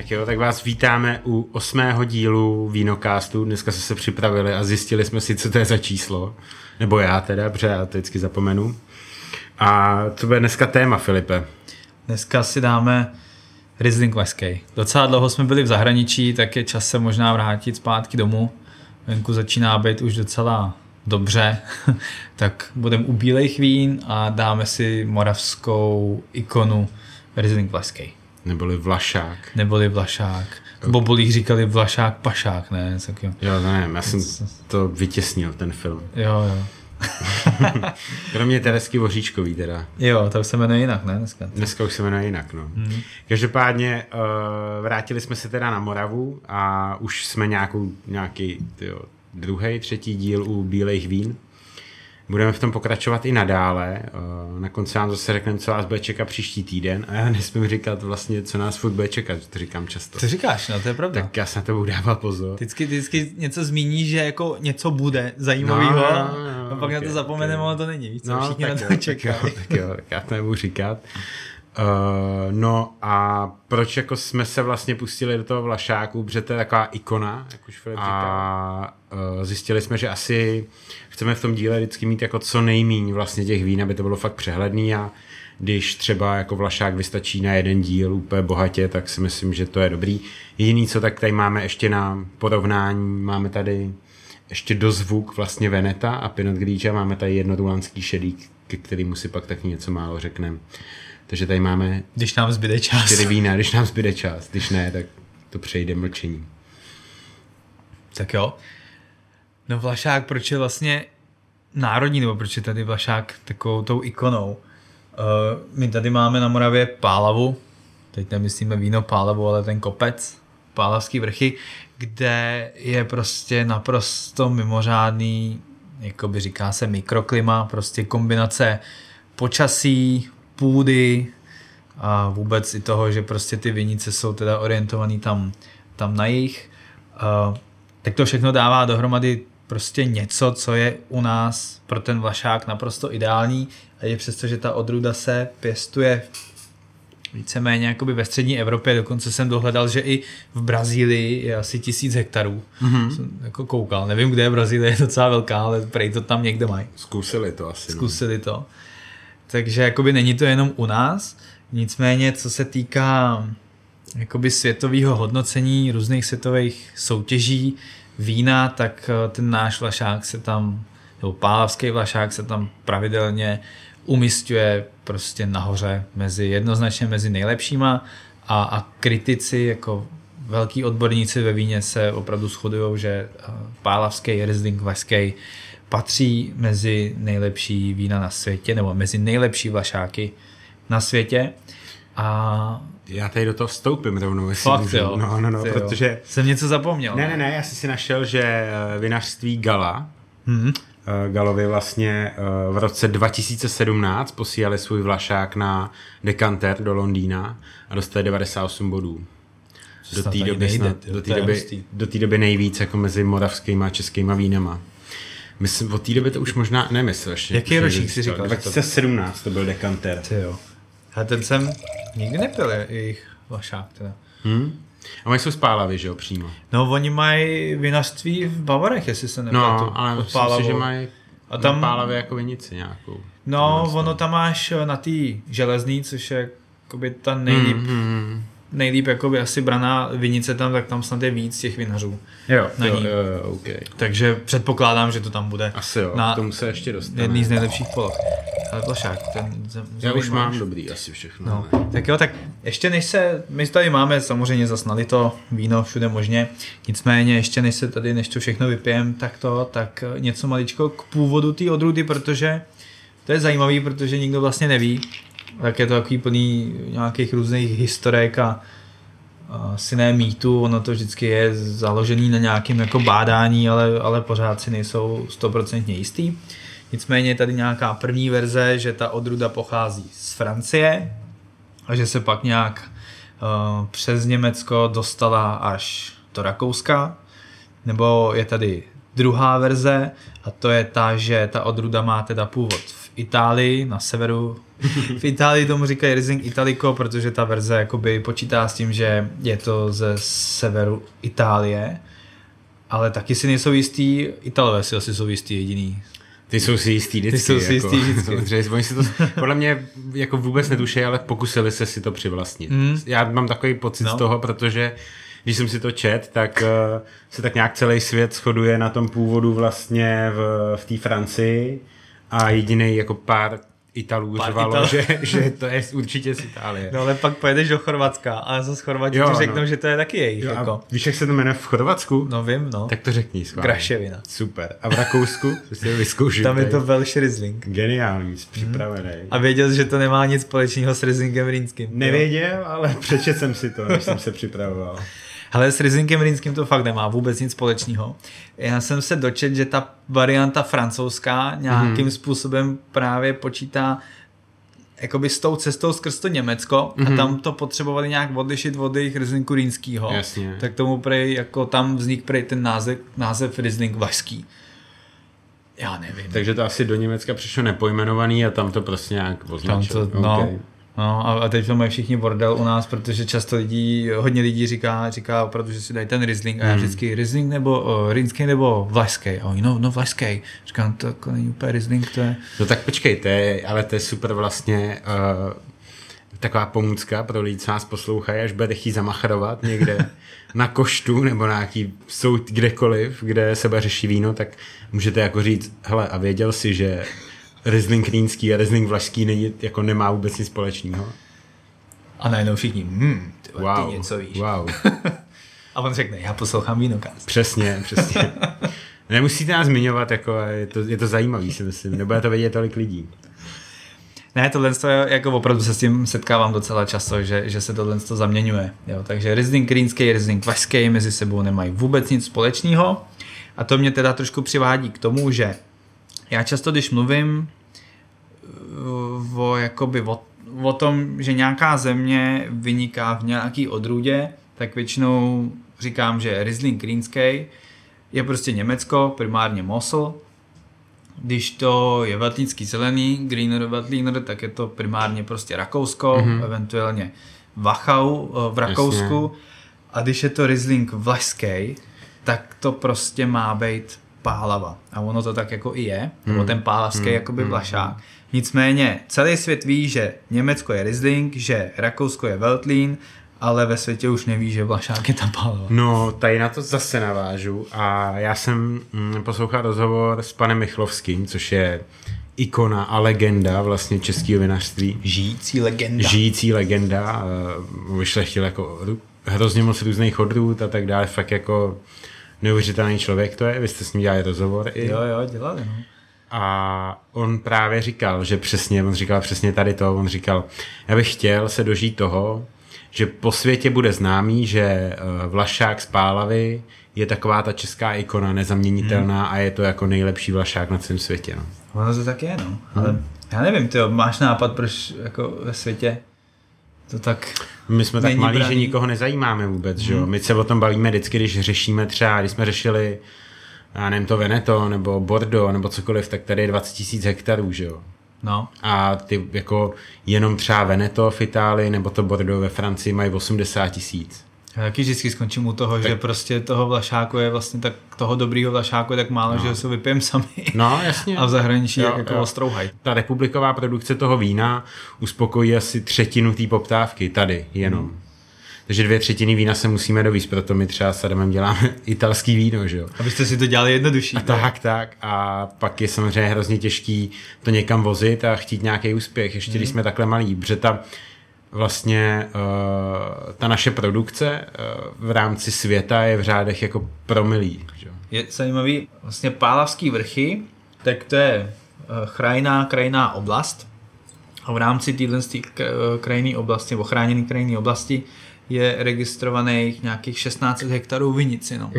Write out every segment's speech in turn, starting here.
Tak jo, tak vás vítáme u 8. dílu Vínocastu. Dneska jsme se připravili a zjistili jsme si, co to je za číslo. Nebo já teda, protože já to vždycky zapomenu. A co bude dneska téma, Filipe? Dneska si dáme Riesling whisky. Docela dlouho jsme byli v zahraničí, tak je čas se možná vrátit zpátky domů. Venku začíná být už docela dobře, tak budeme u bílejch vín a dáme si moravskou ikonu Riesling whisky. Neboli Vlašák. Bobolích říkali Vlašák, Pašák, ne? Tak jo. Jo, nevím, já jsem to vytěsnil, ten film. Jo. Kromě Teresky Voříčkový teda. Jo, to už se jmenuje jinak, ne? Dneska už se jmenuje jinak, no. Každopádně vrátili jsme se teda na Moravu a už jsme nějaký druhý, třetí díl u bílejch vín. Budeme v tom pokračovat i nadále. Na konci vám zase řekneme, co vás bude čekat příští týden. A já nesmím říkat vlastně, co nás furt bude čekat, to říkám často. Co říkáš, no to je pravda. Tak já se na to budu dávat pozor. Vždycky něco zmíníš, že jako něco bude zajímavého, a pak na to zapomeneme, ale to není, víc, co všichni na to čekají. Tak já to nebudu říkat. No a proč jako jsme se vlastně pustili do toho Vlašáku, protože to je taková ikona, jak už Filip říkal. A zjistili jsme, že asi chceme v tom díle vždycky mít jako co nejmíň vlastně těch vín, aby to bylo fakt přehledný, a když třeba jako Vlašák vystačí na jeden díl úplně bohatě, tak si myslím, že to je dobrý. Jediný, co tak tady máme ještě na porovnání, máme tady ještě dozvuk vlastně Veneta a Pinot Grigio, máme tady jednorulanský šedík, ke kterému si pak taky něco málo řekneme. Takže tady máme... Když nám zbyde čas. 4 vína, když nám zbyde čas. Když ne, tak to přejde mlčení. Tak jo. No Vlašák, proč je vlastně národní, nebo proč je tady Vlašák takovou tou ikonou? My tady máme na Moravě Pálavu, teď nemyslíme víno Pálavu, ale ten kopec, Pálavský vrchy, kde je prostě naprosto mimořádný, jakoby říká se mikroklima, prostě kombinace počasí, půdy a vůbec i toho, že prostě ty vinice jsou teda orientovaný tam na jih. Tak to všechno dává dohromady prostě něco, co je u nás pro ten Vlašák naprosto ideální, a je přesto, že ta odrůda se pěstuje víceméně jakoby ve střední Evropě, dokonce jsem dohledal, že i v Brazílii je asi 1000 hektarů. Jsem jako koukal, nevím, kde je Brazílie, je docela velká, ale prej to tam někde mají. Zkusili to asi. Zkusili to. Takže jakoby není to jenom u nás, nicméně co se týká jakoby světového hodnocení různých světových soutěží vína, tak ten náš Vlašák se tam, nebo Pálavský Vlašák se tam pravidelně umisťuje prostě nahoře, jednoznačně mezi nejlepšíma, a kritici jako velký odborníci ve víně se opravdu shodují, že Pálavský Riesling whisky patří mezi nejlepší vína na světě, nebo mezi nejlepší Vlašáky na světě. A já tady do toho vstoupím rovnou. Fakt jo. No, protože... Jsem něco zapomněl. Ne, já jsem si našel, že vinařství Gala, Galovi vlastně v roce 2017 posílali svůj Vlašák na dekanter do Londýna a dostali 98 bodů. Do té doby nejvíc jako mezi moravskýma a českýma vínama. Myslím, od té doby to už možná nemyslel ještě. Jaký ročník si říkal? 2017 to byl dekanter. Jo. A ten jsem nikdy nepil jejich Vlašák teda. A mají jsou z Pálavy, že jo, přímo. No, oni mají vinařství v Bavorech, jestli se nepletu. No, ale myslím si, že mají a tam Pálavy jako vinici nějakou. No, ono tam máš na té železný, což je jakoby ta nejlíp jakoby asi braná vinice tam, tak tam snad je víc těch vinařů. Jo, okay. Takže předpokládám, že to tam bude. Asi jo, k tomu se ještě dostane. Jedný z nejlepších poloh. Ale Vlašák, já už mám dobrý asi všechno. No. Tak jo, tak ještě než my tady máme samozřejmě zasnali to víno všude možně, nicméně ještě než to všechno vypijem, tak něco maličko k původu té odrůdy, protože to je zajímavý, protože nikdo vlastně neví, tak je to takový plný nějakých různých historek a asi ne mýtu, ono to vždycky je založený na nějakém jako bádání, ale pořád si nejsou 100% jistý. Nicméně je tady nějaká první verze, že ta odrůda pochází z Francie a že se pak nějak přes Německo dostala až do Rakouska. Nebo je tady druhá verze a to je ta, že ta odrůda má teda původ v Itálii, na severu. V Itálii tomu říkají Riesling Italico, protože ta verze jakoby počítá s tím, že je to ze severu Itálie, ale taky si nejsou jistý, Italové si asi jsou jistý jediný. Ty jsou si jistý vždycky. Oni si to podle mě jako vůbec netuší, ale pokusili se si to přivlastnit. Já mám takový pocit z toho, protože když jsem si to čet, tak se tak nějak celý svět shoduje na tom původu vlastně v té Francii a jediný jako pár Italů řvalo, že to je určitě z Itálie. No ale pak pojedeš do Chorvatska a zase Chorvati ti řeknou, že to je taky jejich. Jako. Víš, jak se to jmenuje v Chorvatsku? No vím, no. Tak to řekni schválně. Kraševina. Super. A v Rakousku? Si to vyzkouším. Tam je to Welsh Riesling. Geniální, připravený. A věděl jsi, že to nemá nic společného s Rieslingem rýnským? Nevěděl, ale přečetl jsem si to, než jsem se připravoval. Ale s Rieslingem rýnským to fakt nemá vůbec nic společného. Já jsem se dočetl, že ta varianta francouzská nějakým způsobem právě počítá jakoby s tou cestou skrz to Německo a tam to potřebovali nějak odlišit od jejich Rieslinku rýnskýho. Jasně. Tak tomu prej, jako tam vznikl prej ten název Riesling vlašský. Já nevím. Takže to asi do Německa přišlo nepojmenovaný a tam to prostě nějak označilo. No a teď to mají všichni bordel u nás, protože často hodně lidí říká opravdu, že si dají ten Riesling a já vždycky Riesling nebo rýnský nebo vlašský. A oni, no vlašský. Říkám, to jako není úplně Riesling, to je... No tak počkej, ale to je super vlastně taková pomůcka pro lidi, co nás poslouchají, až bude chtít zamachrovat někde na koštu nebo na nějaký soud kdekoliv, kde se řeší víno, tak můžete jako říct, hele, a věděl jsi, že Riesling rýnský a Riesling vlašský jako nemá vůbec nic společného. A najednou všichni, ty něco víš. Wow. A on řekne, já poslouchám Vínokast. Přesně. Nemusíte nás zmiňovat, jako je to zajímavý, si myslím, nebude to vědět tolik lidí. Ne, tohle jako opravdu se s tím setkávám docela často, že se tohle zaměňuje. Jo, takže Riesling rýnský, Riesling vlašský mezi sebou nemají vůbec nic společného. A to mě teda trošku přivádí k tomu, že já často, když mluvím o tom, že nějaká země vyniká v nějaký odrůdě, tak většinou říkám, že Riesling rýnský je prostě Německo, primárně Mosel. Když to je veltlínský zelený, Grüner Veltliner, tak je to primárně prostě Rakousko, eventuálně Wachau v Rakousku. Jasně. A když je to Riesling vlašský, tak to prostě má být Pálava. A ono to tak jako i je, nebo ten pálavský jakoby vlašák. Nicméně celý svět ví, že Německo je Riesling, že Rakousko je Veltlín, ale ve světě už neví, že vlašák je ta Pálava. No, tady na to zase navážu a já jsem poslouchal rozhovor s panem Michlovským, což je ikona a legenda vlastně českého vinařství. Žijící legenda. Vyšlechtil jako hrozně moc různých odrůd a tak dále, fakt jako neuvěřitelný člověk to je, vy jste s ním dělali rozhovor. Jo, dělali, no. A on právě říkal, že on říkal přesně tady to, on říkal, já bych chtěl se dožít toho, že po světě bude známý, že vlašák z Pálavy je taková ta česká ikona, nezaměnitelná a je to jako nejlepší vlašák na celém světě. No. Ono to tak je, no. Ale já nevím, tyjo, máš nápad, proč jako ve světě to tak... My jsme tak malí, že nikoho nezajímáme vůbec, že jo. My se o tom bavíme vždycky, když řešíme třeba, když jsme řešili, já nevím, to Veneto, nebo Bordeaux, nebo cokoliv, tak tady je 20 000 hektarů, že jo. No. A ty jako jenom třeba Veneto v Itálii, nebo to Bordeaux ve Francii mají 80 000. Já taky vždycky skončím u toho, tak... že prostě toho vlašáku je vlastně tak, toho dobrýho vlašáku je tak málo, že ho se vypijem sami. No, jasně. A v zahraničí jako ostrouhaj. Ta republiková produkce toho vína uspokojí asi 1/3 té poptávky tady jenom. Takže 2/3 vína se musíme dovízt, proto my třeba s Adamem děláme italský víno, že jo. Abyste si to dělali jednodušší. Tak. A pak je samozřejmě hrozně těžký to někam vozit a chtít nějaký úspěch, ještě když jsme takhle malí, protože vlastně ta naše produkce v rámci světa je v řádech jako promilí. Že? Je zajímavý, vlastně Pálavský vrchy, tak to je krajinná oblast a v rámci téhle krajinné oblasti, nebo chráněné krajinné oblasti je registrovaných nějakých 16 hektarů vinici. No.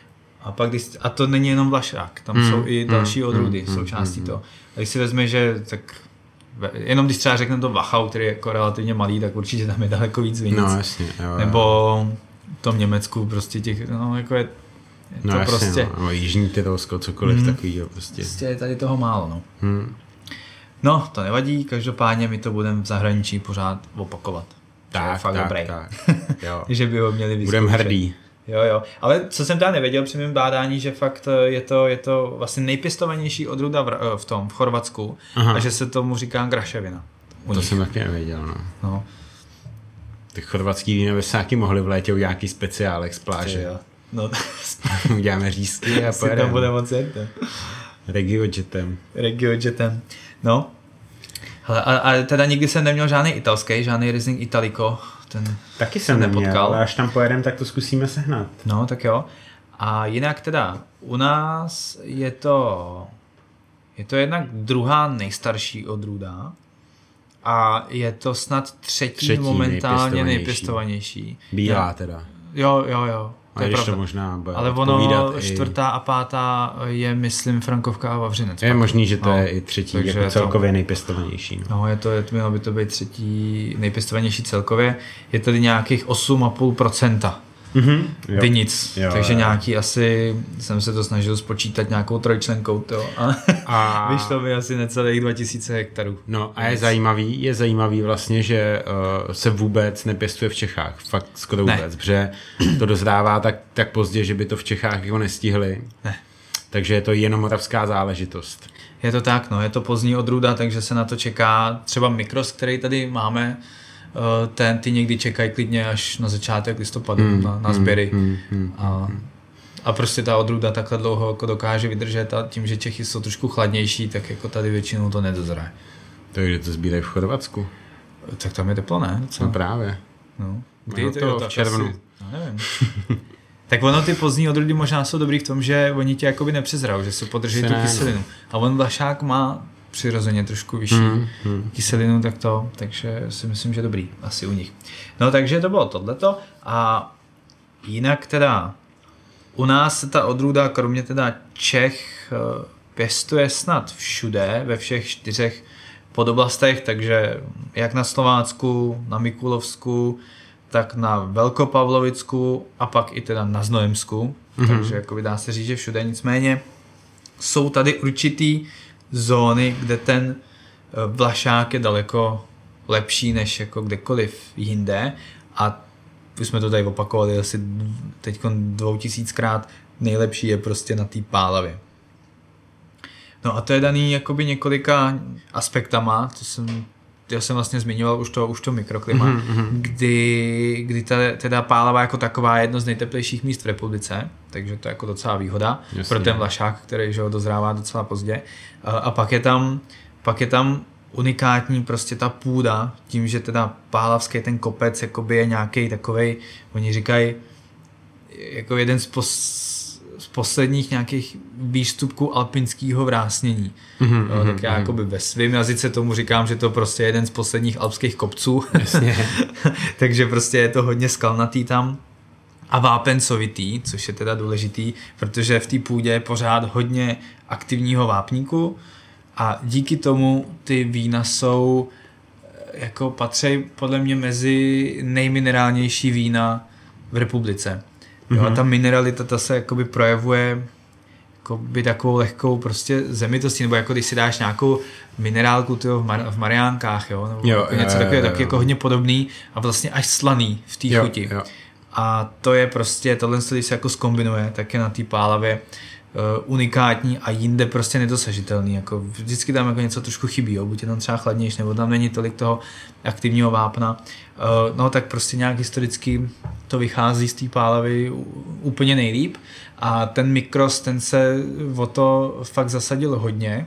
A to není jenom vlašák, tam jsou i další odrůdy součástí toho. A když si vezme, že tak jenom když třeba řekne to Wachau, který je jako relativně malý, tak určitě tam je daleko víc vinic. No, jasně, jo. Nebo v tom Německu prostě těch, no jako je no, to jasně, prostě... No, jižní Tyrolsko, cokoliv takovýho prostě. Prostě je tady toho málo, no. No, to nevadí, každopádně my to budeme v zahraničí pořád opakovat. Tak, fakt dobrý. tak. Jo. Že by ho měli vyzkoušet. Budeme hrdý. Jo. Ale co jsem teda nevěděl při mém bádání, že fakt je to vlastně nejpěstovanější odrůda v Chorvatsku. Aha. A že se tomu říká graševina. To jsem taky nevěděl, no. Ty chorvatský vína by se taky mohli v létě udělat nějaký speciálek z pláže. Jo. No. Uděláme řízky a pojedeme. Tam bude moc jet. Regiojetem. No. Hele, a teda nikdy jsem neměl žádný italský, žádný Riesling Italico. Ten taky jsem nepotkal, ale až tam pojedeme, tak to zkusíme sehnat. No, tak jo. A jinak teda, u nás je to jednak druhá nejstarší odrůda a je to snad třetí momentálně nejpěstovanější. Bílá teda. Jo. To je to možná bude ale ono čtvrtá a pátá je, myslím, Frankovka a Vavřinec. Je možný, že to je i třetí, jako celkově nejpěstovanější. No, mělo by to být třetí nejpěstovanější celkově. Je tady nějakých 8,5%. Vinic, takže nějaký asi, jsem se to snažil spočítat nějakou trojčlenkou, a vyšlo mi asi necelých 2000 hektarů. No a je zajímavý vlastně, že se vůbec nepěstuje v Čechách, fakt skoro vůbec, protože to dozrává tak pozdě, že by to v Čechách jako nestihli. Ne. Takže je to jenom moravská záležitost. Je to tak, je to pozdní odrůda, takže se na to čeká třeba Mikros, který tady máme, ty někdy čekají klidně až na začátek listopadu na sběry. A prostě ta odrůda takhle dlouho jako dokáže vydržet a tím, že Čechy jsou trošku chladnější, tak jako tady většinou to nedozraje. Takže to sbírají v Chorvatsku? Tak tam je teplo, ne? No právě. No. Kdy to v červnu? Asi, nevím. Tak ono ty pozdní odrůdy možná jsou dobrý v tom, že oni tě jakoby nepřezrajou, že se podrží tu kyselinu. A on Vlašák má přirozeně trošku vyšší kyselinu, takže si myslím, že dobrý asi u nich. No takže to bylo tohleto a jinak teda u nás se ta odrůda, kromě teda Čech, pěstuje snad všude, ve všech 4 podoblastech, takže jak na Slovácku, na Mikulovsku, tak na Velkopavlovicku a pak i teda na Znojemsku, takže jako dá se říct, že všude, nicméně jsou tady určitý zóny, kde ten Vlašák je daleko lepší než jako kdekoliv jinde a už jsme to tady opakovali asi teď 2000krát, nejlepší je prostě na té Pálavě. No a to je daný jakoby několika aspektama, já jsem vlastně zmiňoval už to mikroklima, kdy teda Pálava jako taková je jedno z nejteplejších míst v republice, takže to je jako docela výhoda. Jasně. Pro ten Vlašák, který že ho dozrává docela pozdě. A pak je tam unikátní prostě ta půda, tím, že teda Pálavský ten kopec jakoby je nějaký takovej, oni říkají, jako jeden z posledních nějakých výstupků alpinského vrásnění. Tak já jakoby ve svém jazyce tomu říkám, že to prostě je jeden z posledních alpských kopců. Takže prostě je to hodně skalnatý tam a vápencovitý, což je teda důležitý, protože v té půdě je pořád hodně aktivního vápníku a díky tomu ty vína jsou jako patří podle mě mezi nejminerálnější vína v republice. Jo, a ta mineralita, ta se jakoby projevuje jakoby takovou lehkou prostě zemitostí, nebo jako když si dáš nějakou minerálku v Mariánkách, jo, nebo něco takového, tak jako hodně podobný a vlastně až slaný v té chuti. Jo. A to je prostě, tohle, když se jako zkombinuje, tak je na té Pálavě unikátní a jinde prostě nedosažitelný. Jako vždycky tam jako něco trošku chybí, jo? Buď je tam třeba chladnější, nebo tam není tolik toho aktivního vápna. No tak prostě nějak historicky to vychází z té Pálavy úplně nejlíp a ten Mikros, ten se o to fakt zasadil hodně.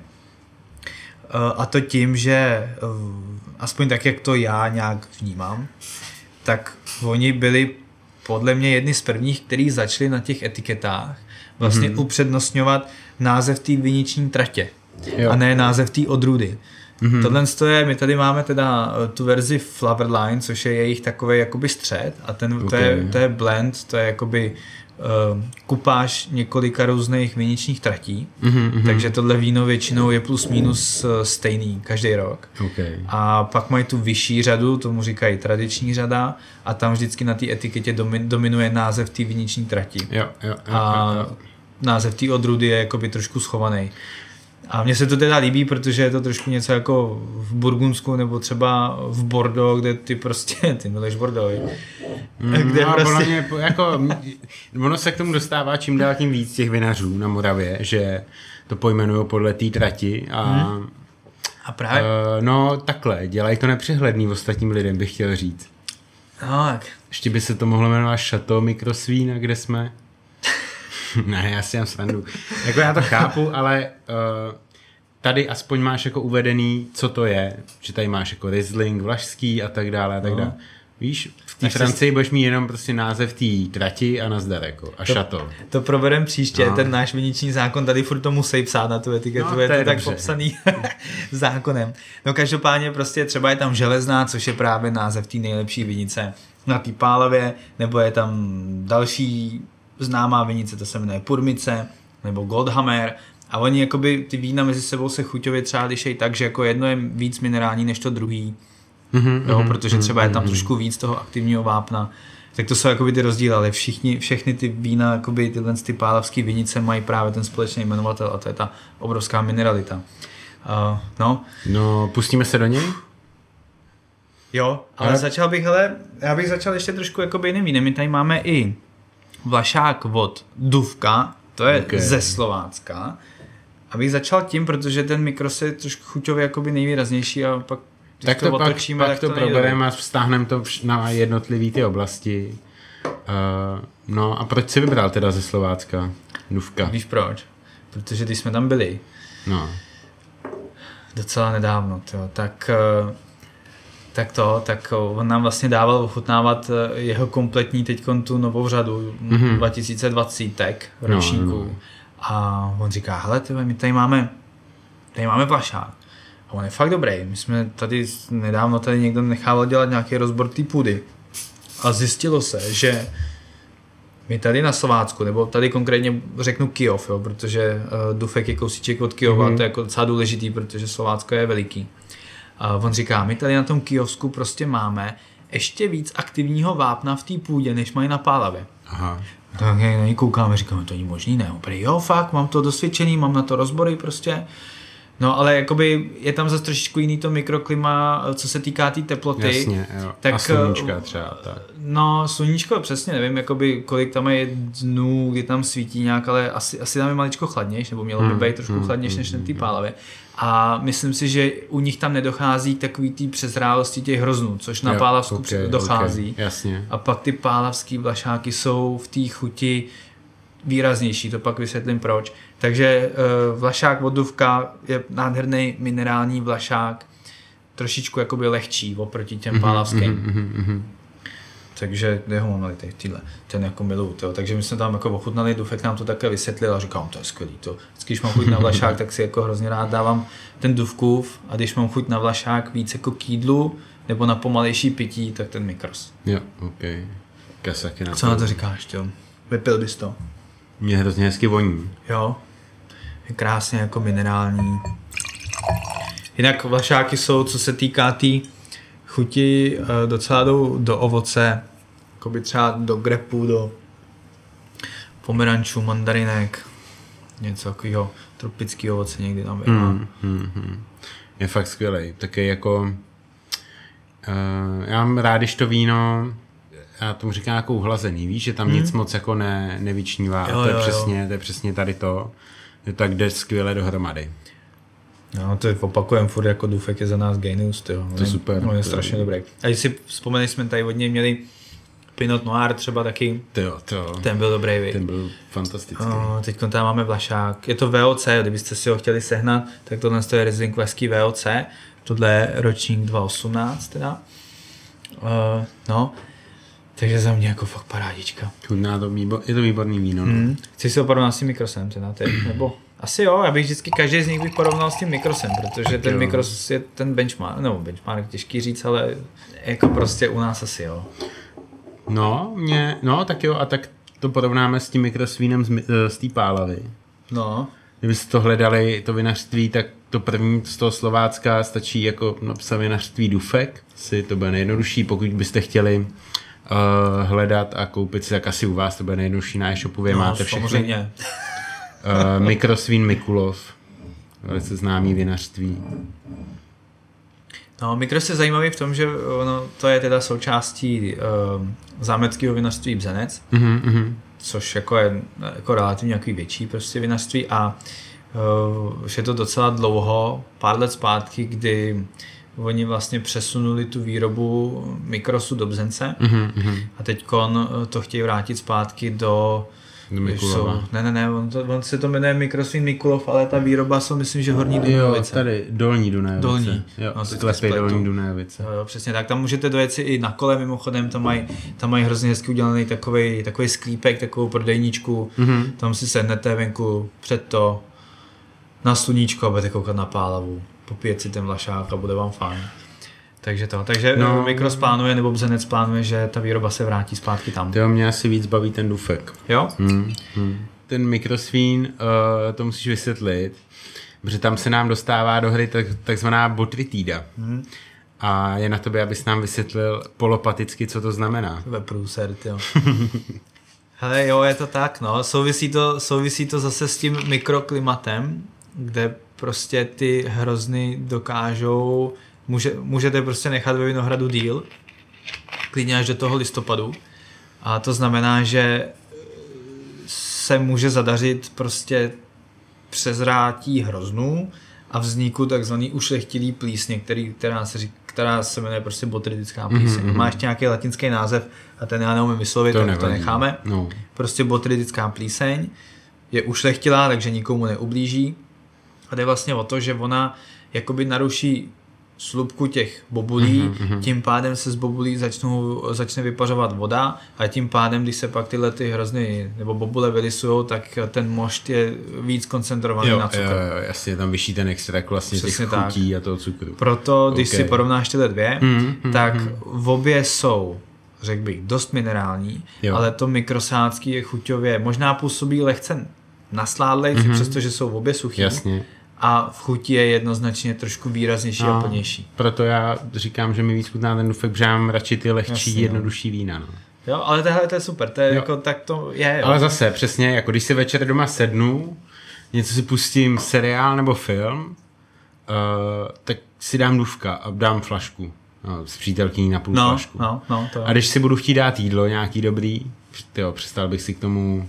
A to tím, že aspoň tak, jak to já nějak vnímám, tak oni byli podle mě jedni z prvních, kteří začali na těch etiketách vlastně upřednostňovat název té viniční tratě a ne název té odrůdy. Tohle je, my tady máme teda tu verzi Flavorline, což je jejich takový jakoby střed a to je blend, to je jakoby kupáž několika různých viničních tratí, takže tohle víno většinou je plus minus stejný každý rok. A pak mají tu vyšší řadu, tomu říkají tradiční řada a tam vždycky na té etiketě dominuje název té viniční trati. A název té odrůdy je jakoby trošku schovaný. A mně se to teda líbí, protože je to trošku něco jako v Burgundsku nebo třeba v Bordeaux, kde ty prostě, ty miluješ Bordeaux, kde no, prostě... ono se k tomu dostává čím dál tím víc těch vinařů na Moravě, že to pojmenují podle té trati a právě... no takhle, dělají to nepřehledný ostatním lidem, bych chtěl říct. No tak. Ještě by se to mohlo jmenovat Chateau Mikrosvín, kde jsme... Ne, já si jen srandu. Jako já to chápu, ale tady aspoň máš jako uvedený, co to je. Že tady máš jako Riesling, vlašský a tak dále a tak dále. Víš, v té Francii budeš mít jenom prostě název té trati a nazdar jako a Chateau. To proberem příště, ten náš viniční zákon, tady furt to musí psát na tu etiketu, je to tak popsaný zákonem. No každopádně prostě třeba je tam Železná, což je právě název té nejlepší vinice na té Pálavě, nebo je tam další známá vinice, to se jmenuje Purmice, nebo Goldhammer, a oni jakoby ty vína mezi sebou se chuťově třeba lišejí tak, že jako jedno je víc minerální než to druhý, protože třeba je tam trošku víc toho aktivního vápna, tak to jsou jakoby ty rozdíly, ale všechny ty vína, jakoby tyhle ty pálavský vinice mají právě ten společný jmenovatel a to je ta obrovská mineralita. No, pustíme se do něj? Jo, ale já bych začal ještě trošku jakoby jiným vínem. My tady máme i Vlašák od Dufka, to je ze Slovácka. Abych začal tím, protože ten mikros je trošku chuťově jakoby nejvýraznější a pak tak to otočíme, pak to probereme a vztáhneme to na jednotlivý ty oblasti. No a proč jsi vybral teda ze Slovácka Dufka? Víš proč? Protože když jsme tam byli docela nedávno, tak on nám vlastně dával ochutnávat jeho kompletní teďkon tu novou řadu 2020 ročníků. A on říká, hele, my tady máme Vlašák. A on je fakt dobrý. My jsme tady nedávno někdo nechával dělat nějaký rozbor té půdy. A zjistilo se, že my tady na Slovácku, nebo tady konkrétně řeknu Kyjov, protože Dufek je kousíček od Kyjova, to je jako docela důležitý, protože Slovácko je veliký. A on říká, my tady na tom Kyjovsku prostě máme ještě víc aktivního vápna v té půdě, než mají na Pálavě. Aha. Tak na ní koukáme, říkáme, to není možný, ne? Jo, fakt, mám to dosvědčený, mám na to rozbory prostě. No ale jakoby je tam zase trošičku jiný to mikroklima, co se týká té teploty. Jasně, jo. Tak, a sluníčka třeba. Tak. No, sluníčko přesně, nevím, jakoby, kolik tam je dnů, kdy tam svítí nějak, ale asi tam je maličko chladnější, nebo mělo by být trošku chladnější než na té Pálavě. A myslím si, že u nich tam nedochází k takový té přezrálosti těch hroznů, což na Pálavsku dochází. Okay, jasně. A pak ty pálavský vlašáky jsou v té chuti výraznější, to pak vysvětlím proč. Takže vlašák od Dufka je nádherný minerální vlašák, trošičku jakoby lehčí oproti těm pálavským. Takže jeho mám tyhle, ten jako miluju. Takže my jsme tam jako ochutnali, Dufek nám to také vysvětlil a říkám, to je skvělý. Když mám chuť na vlašák, tak si jako hrozně rád dávám ten Dufkův, a když mám chuť na vlašák víc jako k jídlu nebo na pomalejší pití, tak ten mikros. Jo, ok. Co na to říkáš, jo? Vypil bys to? Mě hrozně hezky voní. Jo, je krásně jako minerální. Jinak vlašáky jsou, co se týká té chuti, docela jdou do ovoce, jako by třeba do grapů, do pomerančů, mandarinek, něco takového tropického ovoce někdy tam Je fakt skvělej. Taky jako já mám rád, když to víno, já tomu říkám jako uhlazený, víš, že tam nic moc jako nevyčnívá. A to je přesně tady to. Je tak jde skvěle dohromady. No, to opakujeme furt, jako Dufek je za nás genius, tyjo. To je super. On je strašně dobrý. A když si vzpomeneš, jsme tady od něj měli Pinot Noir třeba taky. Ten byl dobrý, víš. Ten byl fantastický. Teď tam máme vlašák. Je to VOC, kdybyste si ho chtěli sehnat, tak tohle je Riesling Vlašský VOC. Tohle je ročník 2018 teda. Takže za mě jako fakt parádička. Je to výborný víno. No. Chci si ho porovnat s tím mikrosem teda, nebo asi jo, já bych vždycky každý z nich bych porovnal s tím mikrosem, protože ten mikros je ten benchmark, těžký říct, ale jako prostě u nás asi jo. Tak jo, a tak to porovnáme s tím mikrosvínem z té Pálavy. No. Kdybyste to hledali, to vinařství, tak to první z toho Slovácka stačí jako napsat vinařství Dufek, to bude nejjednodušší, pokud byste chtěli hledat a koupit si, tak asi u vás to bude nejjednodušší na e-shopu, máte všechny. Samozřejmě. Mikrosvín Mikulov. velice známý vinařství. No, Mikros je zajímavý v tom, že ono, to je teda součástí zámeckého vinařství Bzenec, což jako je jako relativně nějaký větší prostě vinařství a už je to docela dlouho, pár let zpátky, kdy oni vlastně přesunuli tu výrobu Mikrosu do Bzence a teďkon to chtějí vrátit zpátky do Mikulova. Ne, on se to jmenuje Mikrosvín Mikulov, ale ta výroba jsou, myslím, že Horní Dunajovice. Jo, tady Dolní Dunajovice. Dolní. Jo, No, sklepy Dolní Dunajovice. Jo, přesně tak. Tam můžete dojet si i na kole, mimochodem, tam mají hrozně hezky udělaný takový sklípek, takovou prodejničku. Tam si sednete venku před to na sluníčko a budete koukat na Pálavu. Popijete si ten vlašák a bude vám fajn. Takže Mikros plánuje, nebo Bzenec plánuje, že ta výroba se vrátí zpátky tam. To mě asi víc baví ten dufek. Jo? Ten Mikrosvín, to musíš vysvětlit, protože tam se nám dostává do hry takzvaná botrytída. A je na tobě, abys nám vysvětlil polopaticky, co to znamená. Veprůser, jo. Hele, jo, je to tak, no. Souvisí to zase s tím mikroklimatem, kde prostě ty hrozny dokážou, můžete prostě nechat ve vinohradu díl, klidně až do toho listopadu. A to znamená, že se může zadařit prostě přezrátí hroznů a vzniku takzvaný ušlechtilý plísně, která se jmenuje prostě botrytická plíseň. Má ještě nějaký latinský název a ten já neumím vyslovit, tak to necháme. No. Prostě botrytická plíseň je ušlechtilá, takže nikomu neublíží. A jde vlastně o to, že ona jakoby naruší slupku těch bobulí, tím pádem se z bobulí začne vypařovat voda a tím pádem, když se pak tyhle ty hrozny nebo bobule vylisujou, tak ten mošt je víc koncentrovaný na cukr. Jo, jasně, tam vyšší ten extrakt vlastně přesně těch chutí tak. A toho cukru. Proto, když si porovnáš tyhle dvě, tak v obě jsou, řekl bych, dost minerální, ale to mikrosácký je chuťově, možná působí lehce nasládlejc, přestože jsou v obě suchý. Jasně. A v chuti je jednoznačně trošku výraznější a plnější. Proto já říkám, že mi víc chutná ten dufek, protože já mám radši ty lehčí, jednodušší vína. No. Jo, ale to je super, to je jako, tak to je. Jo. Ale zase, přesně, jako když si večer doma sednu, něco si pustím seriál nebo film, tak si dám dufka a dám flašku. No, s přítelkyní na půl flašku. To a když si budu chtít dát jídlo nějaký dobrý, přestal bych si k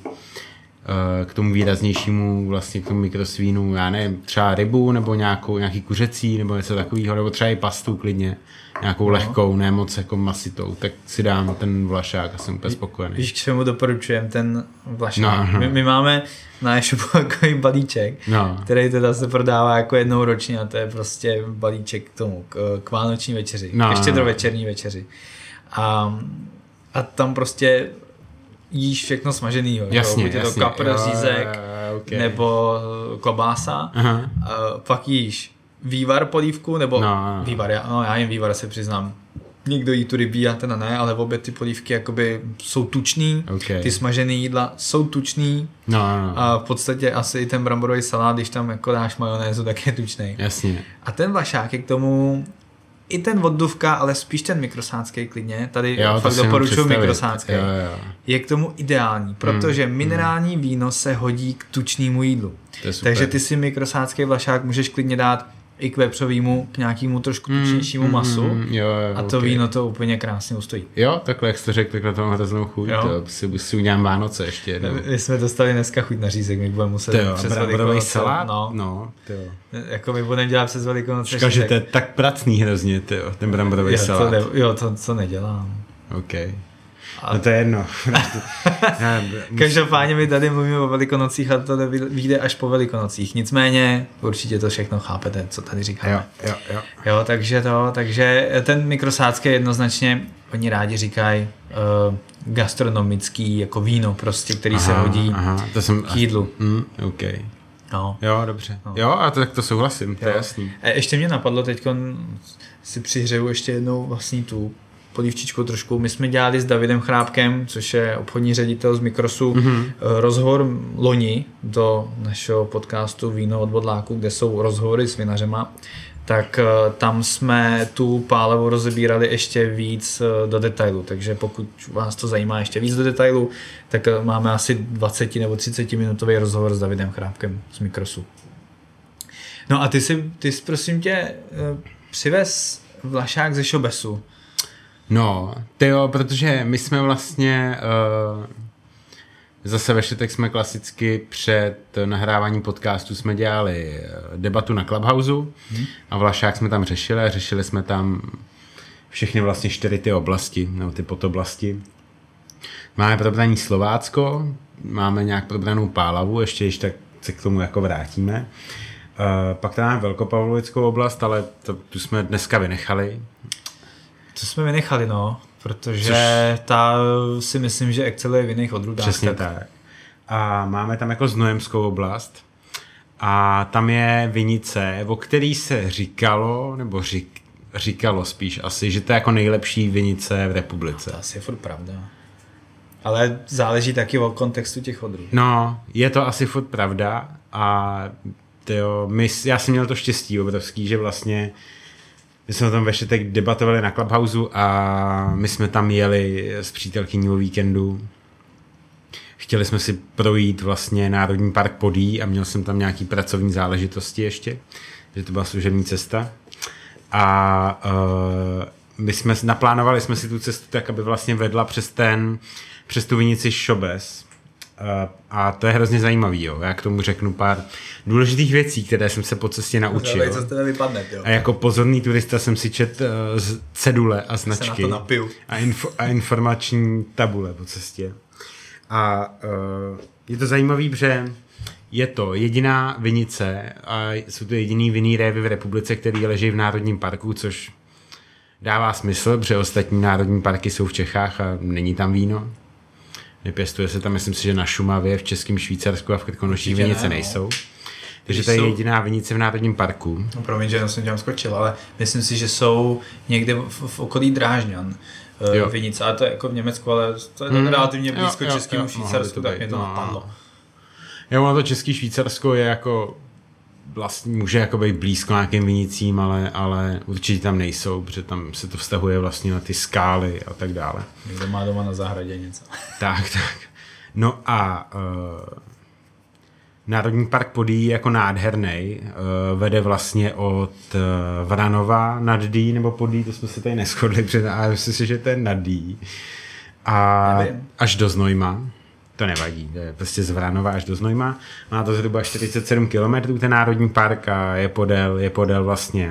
tomu výraznějšímu, vlastně k tomu mikrosvínu, já nevím, třeba rybu, nebo nějaký kuřecí, nebo něco takového, nebo třeba i pastu klidně, nějakou lehkou, ne moc jako masitou, tak si dám ten vlašák a jsem úplně spokojený. Víš, k čemu doporučujem ten vlašák? No. My máme na e-shopu takový balíček, který teda se prodává jako jednou ročně a to je prostě balíček k tomu, k vánoční večeři, k štědrovečerní večeři. A tam prostě jíš všechno smaženýho. Jasně. To kapr, řízek, nebo klobása. Pak jíš vývar polívku, nebo vývar, já jim vývar, se přiznám. Někdo jí tu rybí, a teda ne, ale obě ty polívky jakoby jsou tučný, ty smažené jídla jsou tučný a v podstatě asi i ten bramborový salát, když tam jako dáš majonézu, tak je tučnej. Jasně. A ten vlašák je k tomu i ten od duvka, ale spíš ten mikrosácký klidně, tady fakt doporučuji mikrosácký, je k tomu ideální, protože minerální víno se hodí k tučnému jídlu. Takže ty si mikrosácký vlašák můžeš klidně dát i k vepřovýmu, k nějakému trošku tučnějšímu masu a to víno to úplně krásně ustojí. Jo, takhle jak jste řekl, takhle to má hroznou chuť, si udělám Vánoce ještě jednou. My jsme dostali dneska chuť na řízek, my budeme muset přes Velikonoce. Salát? Jako my budeme dělat přes Velikonoce. Říkal, že to je tak pracný hrozně, ten bramborový salát. To co nedělám. OK. No to je jedno. Každopádně my tady mluvíme o Velikonocích a to vyjde až po Velikonocích. Nicméně určitě to všechno chápete, co tady říkáme. Jo, takže ten mikrosácký jednoznačně, oni rádi říkají gastronomický jako víno prostě, který se hodí k jídlu. Okay. No. Jo, dobře. Jo, a tak to souhlasím, to je jasný. Ještě mě napadlo, teďko si přihřeju ještě jednou vlastní tu polívčičkou trošku. My jsme dělali s Davidem Chrápkem, což je obchodní ředitel z Mikrosu, rozhovor loni do našeho podcastu Víno od bodláku, kde jsou rozhovory s vinařema. Tak tam jsme tu pálevu rozebírali ještě víc do detailu, takže pokud vás to zajímá ještě víc do detailu, tak máme asi 20 nebo 30 minutový rozhovor s Davidem Chrápkem z Mikrosu. No a ty jsi prosím tě přivez vlašák ze Šobesu. No, tyjo, protože my jsme vlastně zase ve čtvrtek jsme klasicky před nahráváním podcastu jsme dělali debatu na Clubhouse a vlašák jsme tam řešili a řešili jsme tam všechny vlastně 4 ty oblasti, nebo ty podoblasti. Máme probraný Slovácko, máme nějak probranou Pálavu, ještě tak se k tomu jako vrátíme. Pak tam máme Velkopavlovickou oblast, ale tu jsme dneska vynechali. To jsme vynechali, no, protože ta si myslím, že exceluje v jiných odrůdách. Přesně tak. A máme tam jako Znojemskou oblast a tam je vinice, o který se říkalo, nebo říkalo spíš asi, že to je jako nejlepší vinice v republice. To asi je furt pravda. Ale záleží taky o kontextu těch odrůd. No, je to asi furt pravda a tyjo, já jsem měl to štěstí obrovský, že vlastně my jsme o tom ve čtvrtek debatovali na Clubhouse a my jsme tam jeli s přítelkyní o víkendu. Chtěli jsme si projít vlastně Národní park Podí a měl jsem tam nějaký pracovní záležitosti ještě, že to byla služební cesta. A my jsme naplánovali jsme si tu cestu tak, aby vlastně vedla přes tu vinici Šobes. A to je hrozně zajímavý, jo. Já k tomu řeknu pár důležitých věcí, které jsem se po cestě naučil. Co z tebe vypadne, jo. A jako pozorný turista jsem si četl cedule a značky se na to napiju. A informační tabule po cestě. A je to zajímavý, protože je to jediná vinice a jsou to jediný vinný révy v republice, který leží v Národním parku, což dává smysl, protože ostatní národní parky jsou v Čechách a není tam víno. Nepěstuje se tam, myslím si, že na Šumavě, v Českém Švýcarsku a v Krkonoších vinice nejsou. Takže to je jediná vinice v Národním parku. No promiň, že jsem těm skočil, ale myslím si, že jsou někde v okolí Drážďan vinice, ale to je jako v Německu, ale to je relativně blízko Českému Švýcarsku, tak mě to napadlo. Jo, ono to Český Švýcarsko je jako vlastně může jako být blízko nějakým vinicím, ale určitě tam nejsou, protože tam se to vztahuje vlastně na ty skály a tak dále. Někdo má doma na zahradě něco. Tak. No a Národní park Podí jako nádherný, vede vlastně od Vranova nad Dý, nebo Podí, to jsme se tady neshodli, ale myslím si, že to je nad Dý. A až do Znojma. To nevadí, to je prostě z Vranova až do Znojma. Má to zhruba 47 km ten národní park a je podél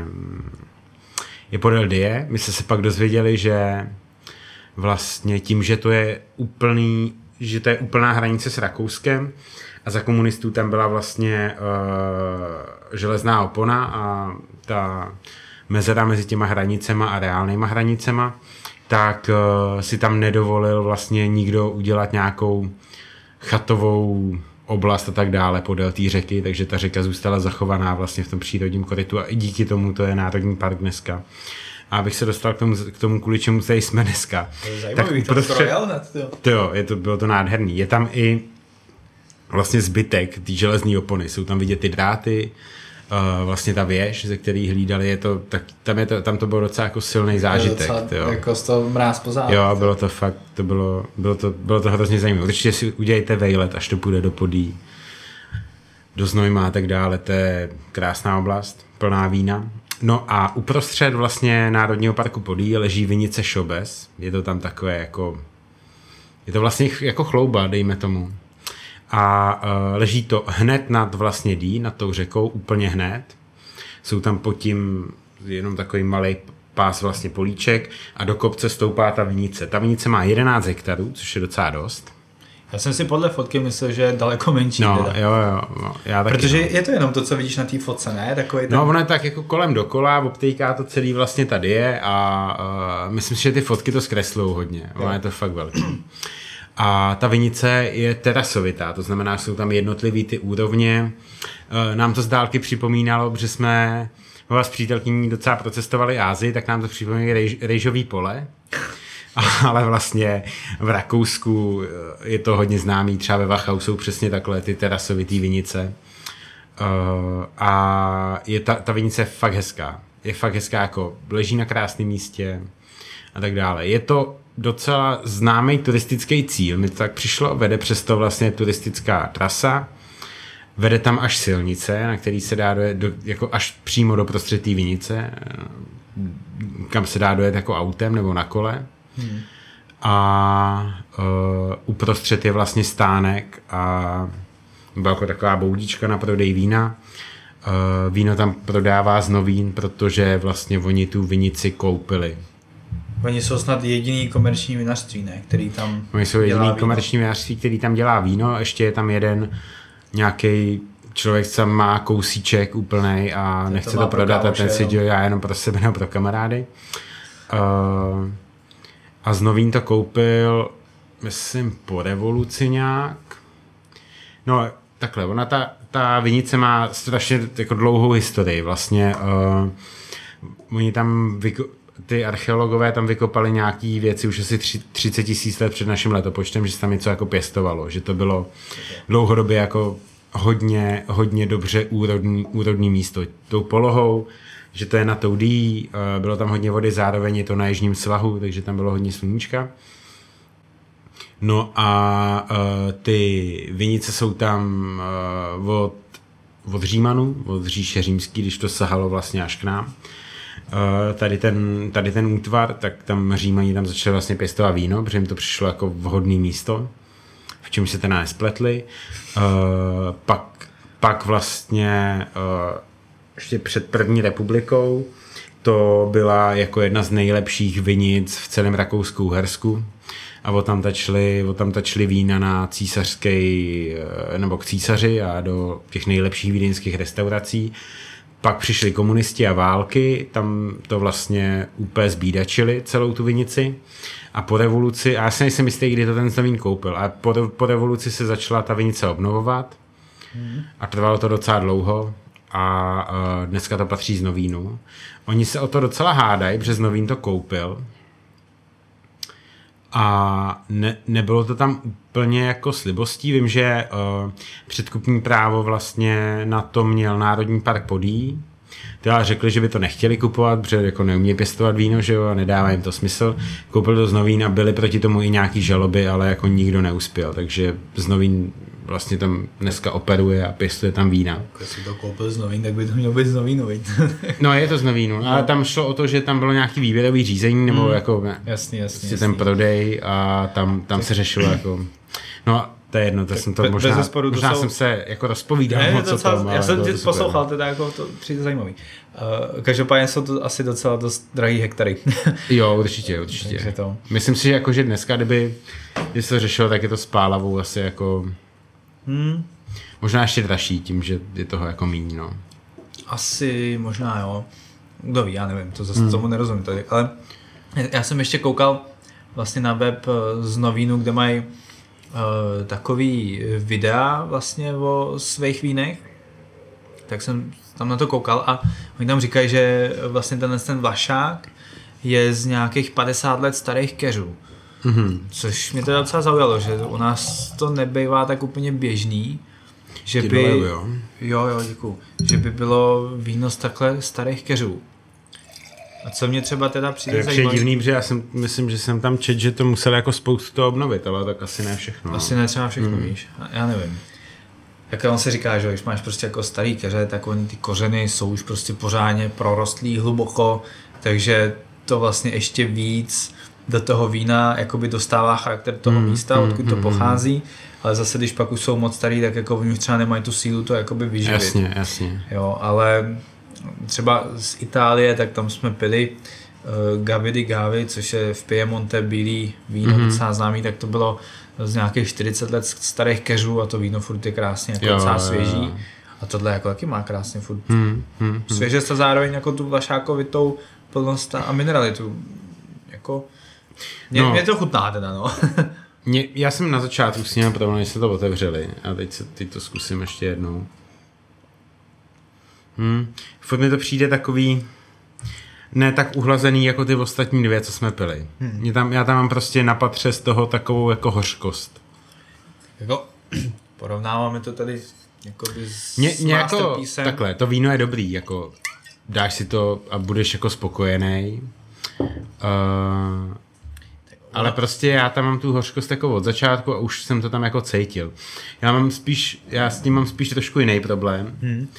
Dyje. My jsme se pak dozvěděli, že vlastně tím, že to je úplná hranice s Rakouskem a za komunistů tam byla vlastně železná opona a ta mezera mezi těma hranicema a reálnýma hranicema, tak si tam nedovolil vlastně nikdo udělat nějakou chatovou oblast a tak dále podél té řeky, takže ta řeka zůstala zachovaná vlastně v tom přírodním korytu a i díky tomu to je národní park dneska. A abych se dostal k tomu, kvůli čemu tady jsme dneska. To je zajímavý, bylo to nádherný. Je tam i vlastně zbytek té železné opony. Jsou tam vidět ty dráty, vlastně ta věž, ze který hlídali, tam to bylo docela jako silný zážitek. Jako z toho mráz po závěr. Jo, bylo to fakt, bylo to hrozně zajímavé. Určitě si udělejte vejlet, až to půjde do Podí, do Znojma a tak dále, to je krásná oblast, plná vína. No a uprostřed vlastně Národního parku Podí leží vinice Šobes, je to tam takové jako, je to vlastně jako chlouba, dejme tomu. A leží to hned nad vlastně Dý, nad tou řekou, úplně hned. Jsou tam pod tím jenom takový malý pás vlastně políček a do kopce stoupá ta vinice. Ta vinice má 11 hektarů, což je docela dost. Já jsem si podle fotky myslel, že je daleko menší. No, jo, já taky. Protože je to jenom to, co vidíš na té fotce, ne? Takový ten... No, ono je tak jako kolem dokola, obtejká to celý vlastně tady je a myslím si, že ty fotky to zkreslou hodně. Ono je to fakt velký. A ta vinice je terasovitá, to znamená, že jsou tam jednotlivý ty úrovně. Nám to z dálky připomínalo, protože jsme s přítelkyní docela procestovali Asii, tak nám to připomínají rejžový pole. Ale vlastně v Rakousku je to hodně známý, třeba ve Wachau jsou přesně takhle ty terasovitý vinice. A ta vinice je fakt hezká. Je fakt hezká, jako leží na krásném místě a tak dále. Je to docela známý turistický cíl. Mi to tak přišlo, vede přes to vlastně turistická trasa vede tam až silnice, na který se dá dojet jako až přímo do prostřed té vinice, kam se dá dojet jako autem nebo na kole. A uprostřed je vlastně stánek a byla jako taková boudička na prodej vína. Víno tam prodává z Novín, protože vlastně oni tu vinici koupili. Oni jsou snad jediný komerční vinařství, ne? Který tam Oni jsou jediný komerční vinařství, který tam dělá víno. Ještě je tam jeden nějaký člověk, co má kousíček úplnej a nechce to prodat a ten si dělá jenom pro sebe nebo pro kamarády. A z Novín to koupil, myslím, po revoluci nějak. No, takhle, ona ta vinice má strašně jako dlouhou historii. Vlastně oni tam, ty archeologové tam vykopali nějaký věci už asi 30 000 let před naším letopočtem, že se tam něco jako pěstovalo, že to bylo dlouhodobě jako hodně dobře úrodný místo. Tou polohou, že to je na Toudí, bylo tam hodně vody, zároveň je to na jižním svahu, takže tam bylo hodně sluníčka. No a ty vinice jsou tam od Římanů, od říše římský, když to sahalo vlastně až k nám. Tady ten útvar, tak tam Římani tam začali vlastně pěstovat víno, protože jim to přišlo jako vhodné místo, v čem se teda nespletli. Pak vlastně ještě před první republikou to byla jako jedna z nejlepších vinic v celém Rakousku-Uhersku a od tam tačli vína na císařský nebo k císaři a do těch nejlepších vídeňských restaurací. Pak přišli komunisti a války, tam to vlastně úplně zbídačili celou tu vinici a po revoluci, a já si nejsem jistý, kdy to ten Znovín koupil, a po revoluci se začala ta vinice obnovovat a trvalo to docela dlouho a dneska to patří Znovínu. Oni se o to docela hádají, protože Znovín to koupil a nebylo to tam úplně jako s libostí. Vím, že předkupní právo vlastně na to měl Národní park Podí. Teda řekli, že by to nechtěli kupovat, protože jako neumějí pěstovat víno, že jo, a nedává jim to smysl. Koupil to z Novín a byly proti tomu i nějaký žaloby, ale jako nikdo neuspěl, takže z Novín vlastně tam dneska operuje a pěstuje tam vína. Když to koupil z Novín, tak by to mělo být z Novínu. No je to z Novínu, ale tam šlo o to, že tam bylo nějaký výběrový řízení, nebo jako jasný. ten prodej a tam se řešilo jako, no to je jedno, to jsem to možná jsem se jako rozpovídal moc o tom. Já jsem tě poslouchal, teda jako to přijde zajímavý. Každopádně jsou to asi docela dost drahý hektary. Jo, určitě. Myslím si, že jako, že dneska, kdyby se to řešilo, tak je to s pálavou asi jako možná ještě dražší tím, že je toho jako míň, no. Asi možná jo. Kdo ví, já nevím, to zase tomu nerozumím tady, ale já jsem ještě koukal vlastně na web z Novínu, kde mají takový videa vlastně o svých vínech, tak jsem tam na to koukal a oni tam říkají, že vlastně ten vlašák je z nějakých 50 let starých keřů. Což mě teda docela zaujalo, že u nás to nebývá tak úplně běžný, že by, jo, děkuju, že by bylo víno z takhle starých keřů. A co mě třeba teda přijde zajímavé... To je divný, protože já myslím, že jsem tam čet, že to musel jako spoustu to obnovit, ale tak asi ne všechno. Asi ne třeba všechno, víš, já nevím. Jak on se říká, že když máš prostě jako starý keře, tak oni ty kořeny jsou už prostě pořádně prorostlý hluboko, takže to vlastně ještě víc do toho vína jakoby dostává charakter toho místa, odkud to pochází, ale zase když pak už jsou moc starý, tak jako oni už třeba nemají tu sílu to jakoby vyživit. Jasně. Jo, ale třeba z Itálie, tak tam jsme pili Gavi di Gavi, což je v Piemonte bílý víno, docela známý, tak to bylo z nějakých 40 let starých keřů a to víno furt je krásně jako docela svěží. A tohle jako taky má krásně furt svěžest a zároveň jako tu vlašákovitou plnost a mineralitu. Jako mě to chutná teda, no. Já jsem na začátku s nimi problém, že se to otevřeli a teď to zkusím ještě jednou. Furt mi to přijde takový ne tak uhlazený jako ty ostatní dvě, co jsme pili. Já tam mám prostě na patře z toho takovou jako hořkost. Jako porovnáváme to tady jakoby s Masterpiecem. Takhle, to víno je dobrý, jako dáš si to a budeš jako spokojený. ale prostě já tam mám tu hořkost jako od začátku a už jsem to tam jako cítil. Já s tím mám spíš trošku jiný problém.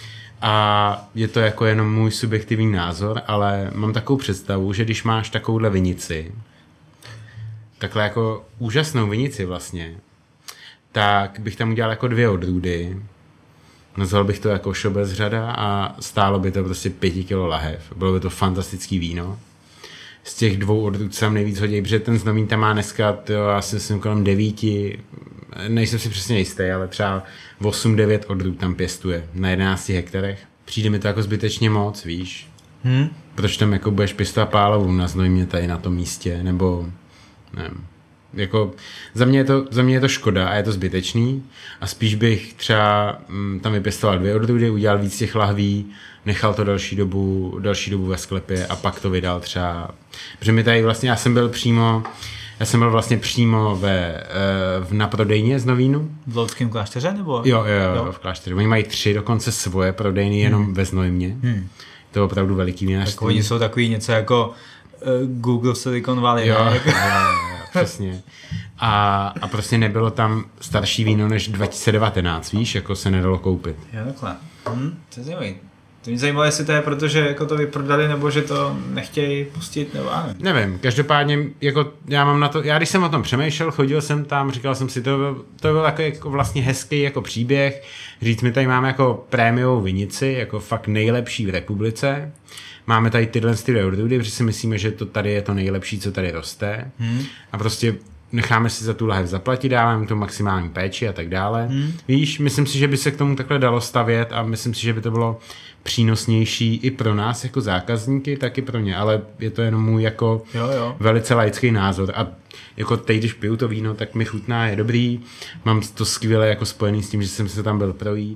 A je to jako jenom můj subjektivní názor, ale mám takovou představu, že když máš takovouhle vinici, takhle jako úžasnou vinici vlastně, tak bych tam udělal jako 2 odrůdy. Nazval bych to jako Šobes řada a stálo by to prostě 5 kg lahev. Bylo by to fantastický víno. Z těch 2 odrůd jsem nejvíc hodí, protože ten Znovín tam má dneska, já si myslím, kolem 9, nejsem si přesně jistý, ale třeba 8-9 odrůd tam pěstuje na 11 hektarech. Přijde mi to jako zbytečně moc, víš? Proč tam jako budeš pěstovat pálavu na Znojmě tady na tom místě, nebo nevím. Jako za mě je to škoda a je to zbytečný a spíš bych třeba tam vypěstoval 2 odrůdy, udělal víc těch lahví, nechal to další dobu ve sklepě a pak to vydal třeba, protože mi tady vlastně, já jsem byl vlastně přímo na prodejně z Novínu. V Loudském klášteře nebo? Jo, v klášteře. Oni mají 3 dokonce svoje prodejny jenom ve Znojmě. To je opravdu veliký vinařství. Tak oni jsou takový něco jako Google Silicon Valley. Jo, přesně. A prostě nebylo tam starší víno než 2019, víš, jako se nedalo koupit. Jo, takhle. To je zajímavý. To mě zajímalo, jestli to je proto, že jako to vyprodali, nebo že to nechtějí pustit, nebo nevím, každopádně, jako já když jsem o tom přemýšlel, chodil jsem tam, říkal jsem si, to byl jako vlastně hezký jako příběh, říct, my tady máme jako prémiovou vinici, jako fakt nejlepší v republice, máme tady tyhle odrůdy, protože si myslíme, že to tady je to nejlepší, co tady roste a prostě necháme si za tu lahev zaplatit, dáváme tu maximální péči a tak dále. Víš, myslím si, že by se k tomu takhle dalo stavět a myslím si, že by to bylo přínosnější i pro nás jako zákazníky, tak i pro ně, ale je to jenom můj jako velice laický názor a jako teď, když piju to víno, tak mi chutná, je dobrý, mám to skvěle jako spojený s tím, že jsem se tam byl projít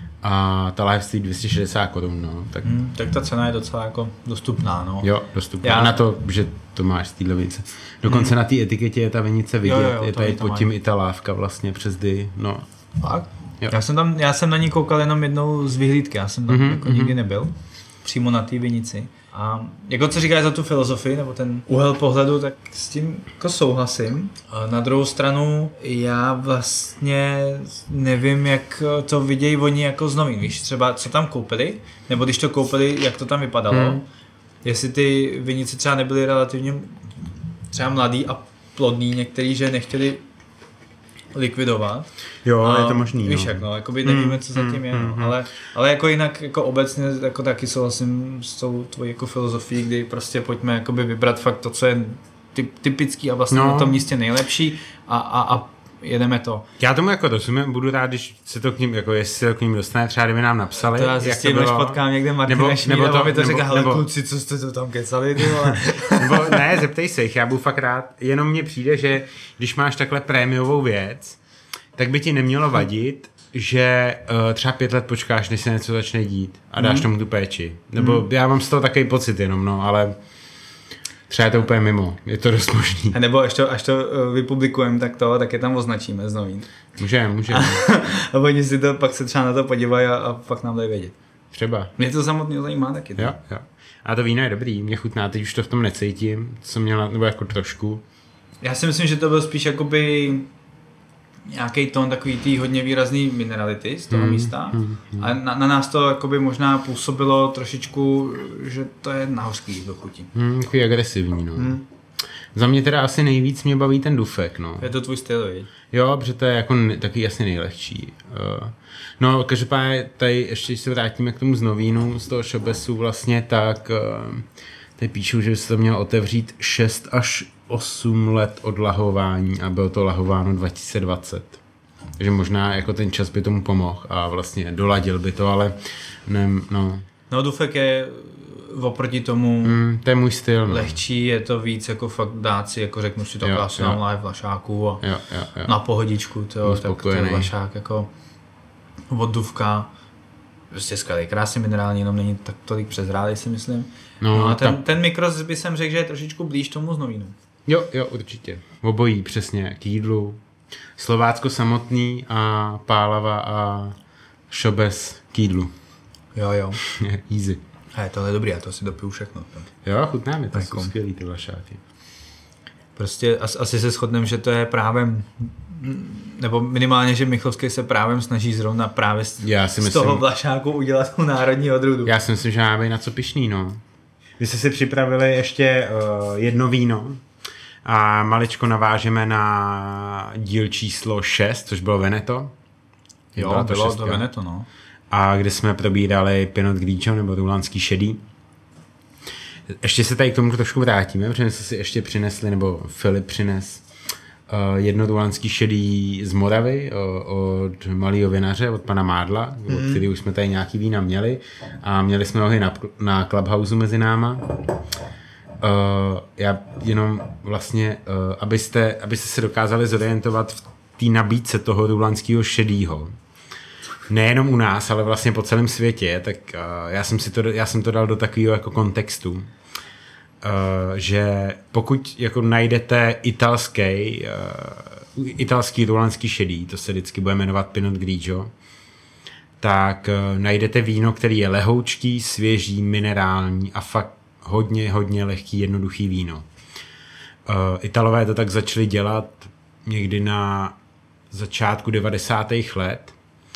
a ta lahev stojí 260 korun, no. Tak ta cena je docela jako dostupná, no. Jo, dostupná. Na to, že to máš z téhle vinice. Dokonce na té etiketě je ta vinice vidět, je tady pod tím i ta lávka vlastně přes dy, no. Fakt? Já jsem na ní koukal jenom jednou z vyhlídky, já jsem tam jako nikdy nebyl, přímo na té vinici. A jako co říkáš za tu filozofii, nebo ten úhel pohledu, tak s tím jako souhlasím. A na druhou stranu já vlastně nevím, jak to vidějí oni jako z Novín, víš, třeba co tam koupili, nebo když to koupili, jak to tam vypadalo, jestli ty vinice třeba nebyly relativně třeba mladý a plodný, některý, že nechtěli likvidovat. Jo, je to možný. Víš jak, no, jakoby nevíme, co zatím je, ale jako jinak, jako obecně, jako taky souhlasím s tou tvojí jako filozofií, kdy prostě pojďme jakoby vybrat fakt to, co je typický a vlastně na tom místě nejlepší a jedeme to. Já tomu jako rozumím, budu rád, když se to k ním, jako jestli se to k ním dostane, třeba kdyby nám napsali. To já zjistím, až potkám někde Martina Šmída, mi to říká, hele kluci, co jste to tam kecali, ty vole. Nebo ne, zeptej se jich, já budu fakt rád, jenom mně přijde, že když máš takhle prémiovou věc, tak by ti nemělo vadit, že třeba 5 let počkáš, než se něco začne dít a dáš tomu tu péči. Nebo já mám z toho takový pocit jenom, no, ale třeba je to úplně mimo, je to dost možný. A nebo až to vypublikujeme, tak je tam označíme z Novín. Můžeme. A oni si to, pak se třeba na to podívají a pak nám dají vědět. Třeba. Mě to samotně zajímá taky. Jo. A to víno je dobrý, mě chutná, teď už to v tom necítím, co měla, nebo jako trošku. Já si myslím, že to byl spíš jakoby nějaký tón takový tý hodně výrazný minerality z toho místa. A na nás to jakoby možná působilo trošičku, že to je nahořký do chuti. Takový agresivní, no. Za mě teda asi nejvíc mě baví ten dufek, no. Je to tvůj styl, viď? Jo, protože to je jako taky asi nejlehčí. No, každopádně tady ještě, když se vrátíme k tomu z Novínu, z toho Šobesu vlastně, tak tady píšu, že se to mělo otevřít 6 až 8 let od lahování a bylo to lahováno 2020. Takže možná jako ten čas by tomu pomohl a vlastně doladil by to, ale ne, no. No, dufek je oproti tomu to je můj styl, no. Lehčí, je to víc jako fakt dát si, jako řeknu si to klasinou live vlašáku a na pohodičku, tak to je vlašák jako od dufka. Prostě skvělý, krásně minerální, jenom není tak tolik přezrálej, si myslím. No a ten mikros by jsem řekl, že je trošičku blíž tomu z Novínu. Jo, určitě. Obojí přesně k jídlu. Slovácko samotný a Pálava a Šobes k jídlu. Jo. Easy. Tohle je dobrý, já to si dopiju všechno. Jo, chutná mi, to jsou skvělý ty vlašáky. prostě asi se shodneme, že to je právem, nebo minimálně, že Michlovský se právem snaží zrovna právě z toho Vlašáku udělat tu národní odrůdu. Já si myslím, že máme na co pyšný, no. Vy jste si připravili ještě jedno víno a maličko navážeme na díl číslo 6, což bylo Veneto. Jo, bylo to Veneto, no. A kde jsme probírali Pinot Grigio nebo Rulánský šedý. Ještě se tady k tomu trošku vrátíme, protože jsme si ještě přinesli, nebo Filip přines jedno Rulánský šedý z Moravy od malého vinaře, od pana Mádla, od který už jsme tady nějaký vína měli a měli jsme ho i na Clubhouse mezi náma. Já jenom vlastně, abyste se dokázali zorientovat v té nabídce toho Rulánského šedýho, nejenom u nás, ale vlastně po celém světě, tak já jsem to dal do takového jako kontextu, že pokud jako najdete italský Rulánský šedý, to se vždycky bude jmenovat Pinot Grigio, tak najdete víno, který je lehoučký, svěží, minerální a fakt hodně lehký, jednoduchý víno. Italové to tak začali dělat někdy na začátku 90. let.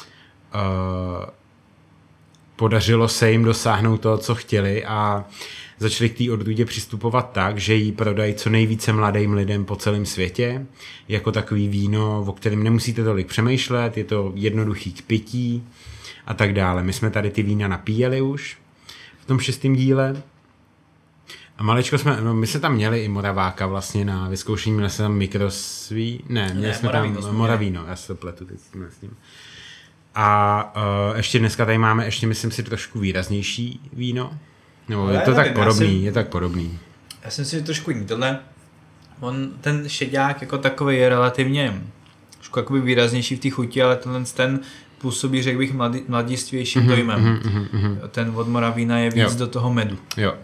Podařilo se jim dosáhnout toho, co chtěli a začali k té odrůdě přistupovat tak, že ji prodají co nejvíce mladým lidem po celém světě, jako takový víno, o kterém nemusíte tolik přemýšlet, je to jednoduchý k pití a tak dále. My jsme tady ty vína napíjeli už v tom 6. díle a maličko my jsme tam měli i Moraváka vlastně na vyzkoušení, měli jsme tam mikrosví, měli jsme tam Moravíno, já se pletu teď s tím. A ještě dneska tady máme myslím si trošku výraznější víno. Nebo je to tak podobný, Já jsem si trošku jiný. Ten šedák jako takový je relativně trošku jakoby výraznější v té chuti, ale ten působí, řekl bych, mladistvějším dojmem. Ten od Moravína je víc do toho medu. Jo.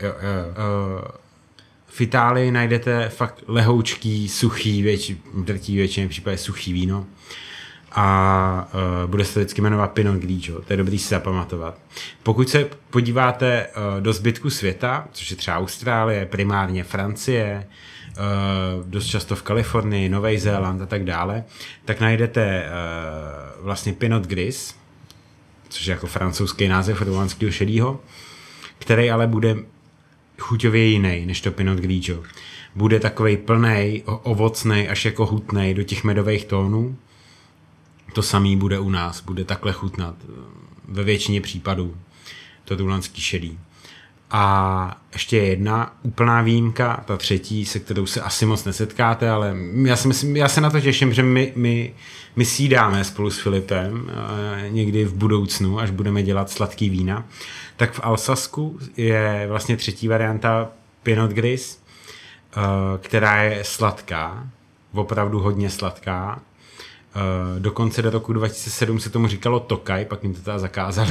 V Itálii najdete fakt lehoučký, suchý, drtí většině případě suchý víno. A bude se vždycky jmenovat Pinot Grigio, to je dobrý si zapamatovat. Pokud se podíváte do zbytku světa, což je třeba Austrálie, primárně Francie, dost často v Kalifornii, Nový Zéland a tak dále, tak najdete vlastně Pinot Gris, což je jako francouzský název rulánského šedýho, který ale bude chuťově jiný než to Pinot Grigio. Bude takovej plnej, ovocnej, až jako hutnej do těch medových tónů. To samý bude u nás, bude takhle chutnat ve většině případů to rulánský šedý. A ještě jedna úplná výjimka, ta třetí, se kterou se asi moc nesetkáte, ale já se na to těším, že my si dáme spolu s Filipem někdy v budoucnu, až budeme dělat sladký vína. Tak v Alsasku je vlastně třetí varianta Pinot Gris, která je sladká, opravdu hodně sladká. Dokonce do roku 2007 se tomu říkalo Tokaj, pak jim to teda zakázali.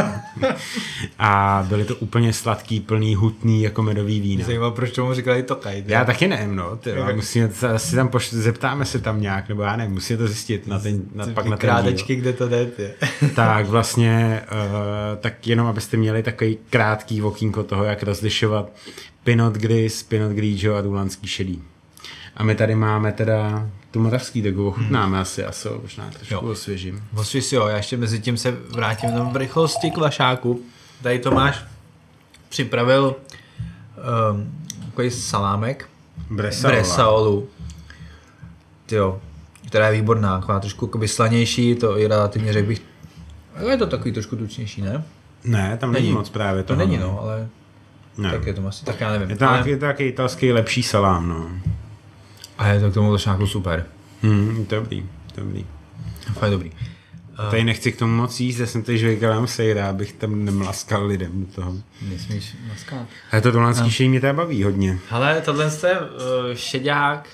A byly to úplně sladký, plný, hutný, jako medový vína. Zajímavé, proč tomu říkali Tokaj. Já taky nevím, no. Musíme si tam zeptáme se tam nějak, nebo já nevím, musíme to zjistit pak na ten krátečky, kde to jde. Tak vlastně, tak jenom abyste měli takový krátký okýnko toho, jak rozlišovat Pinot Gris, Pinot Grigio a Rulánský šedý. A my tady máme teda tu moravský, tak ho ochutnáme asi možná trošku osvěžím. Osvěž si jo, já ještě mezi tím se vrátím v rychlosti k Vlašáku. Tady Tomáš připravil takový salámek Bresaolu. Jo, která je výborná, taková trošku slanější, to je relativně, řekl bych, je to takový trošku tučnější, ne? Ne, tam není moc právě toho. To není, no, ale ne. Tak je to asi, tak já nevím. Je to takový italský lepší salám, no. A je to k tomu Vlašáku super. Dobrý. Fajn dobrý. Tady nechci k tomu moc jíst, já jsem tady žvejkalám sejra, abych tam nemlaskal lidem do toho. Nesmíš maskat. Ale to rulánský šedý mě teda baví hodně. Hele, tohle je šedák.